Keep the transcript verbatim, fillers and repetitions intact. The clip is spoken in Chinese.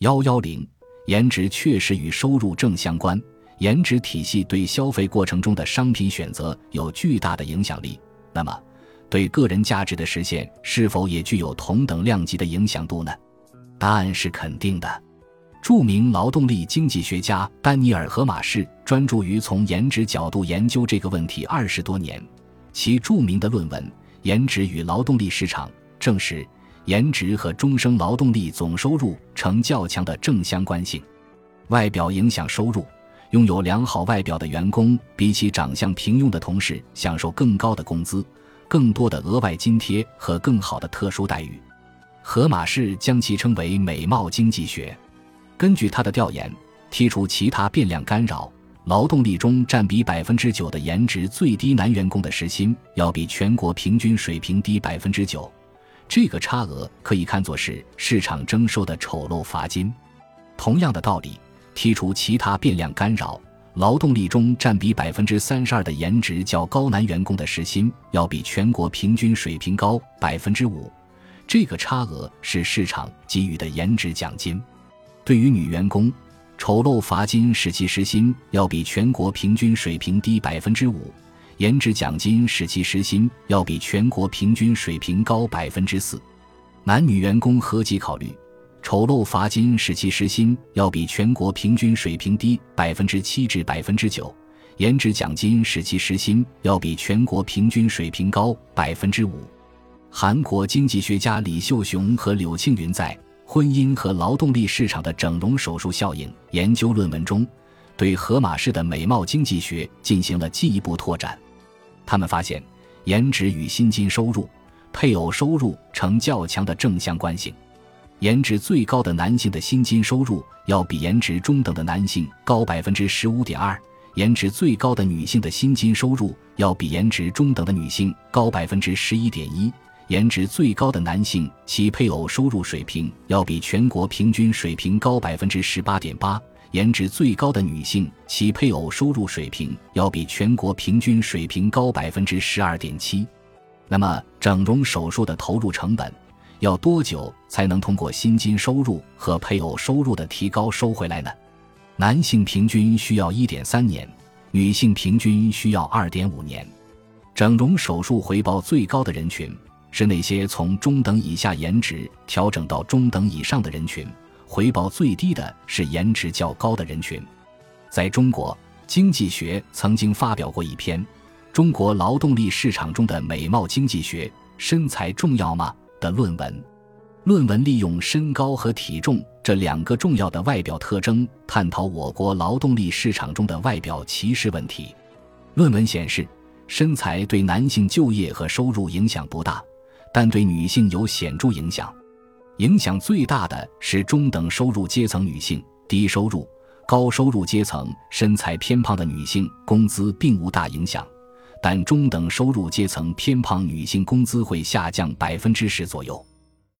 一一零颜值确实与收入正相关，颜值体系对消费过程中的商品选择有巨大的影响力，那么对个人价值的实现是否也具有同等量级的影响度呢？答案是肯定的。著名劳动力经济学家丹尼尔·荷马士专注于从颜值角度研究这个问题二十多年，其著名的论文《颜值与劳动力市场》证实颜值和终生劳动力总收入呈较强的正相关性。外表影响收入，拥有良好外表的员工比起长相平庸的同事享受更高的工资、更多的额外津贴和更好的特殊待遇。荷马士将其称为美貌经济学。根据他的调研，剔除其他变量干扰，劳动力中占比 百分之九 的颜值最低男员工的时薪要比全国平均水平低 百分之九， 这个差额可以看作是市场征收的丑陋罚金。同样的道理，剔除其他变量干扰，劳动力中占比 百分之三十二 的颜值较高男员工的时薪要比全国平均水平高 百分之五， 这个差额是市场给予的颜值奖金。对于女员工，丑陋罚金使其时薪要比全国平均水平低 百分之五， 颜值奖金使其时薪要比全国平均水平高 百分之四。 男女员工合计考虑，丑陋罚金使其时薪要比全国平均水平低 百分之七 至 百分之九， 颜值奖金使其时薪要比全国平均水平高 百分之五。 韩国经济学家李秀雄和柳庆云在婚姻和劳动力市场的整容手术效应研究论文中，对荷马士的美貌经济学进行了进一步拓展。他们发现，颜值与薪金收入、配偶收入呈较强的正相关性。颜值最高的男性的薪金收入要比颜值中等的男性高 百分之十五点二， 颜值最高的女性的薪金收入要比颜值中等的女性高 百分之十一点一，颜值最高的男性其配偶收入水平要比全国平均水平高 百分之十八点八， 颜值最高的女性其配偶收入水平要比全国平均水平高 百分之十二点七。 那么整容手术的投入成本要多久才能通过薪金收入和配偶收入的提高收回来呢？男性平均需要 一点三年，女性平均需要 二点五年。整容手术回报最高的人群是那些从中等以下颜值调整到中等以上的人群，回报最低的是颜值较高的人群。在中国，经济学曾经发表过一篇《中国劳动力市场中的美貌经济学：身材重要吗?》的论文。论文利用身高和体重这两个重要的外表特征，探讨我国劳动力市场中的外表歧视问题。论文显示，身材对男性就业和收入影响不大，但对女性有显著影响。影响最大的是中等收入阶层女性，低收入、高收入阶层身材偏胖的女性工资并无大影响，但中等收入阶层偏胖女性工资会下降 百分之十 左右。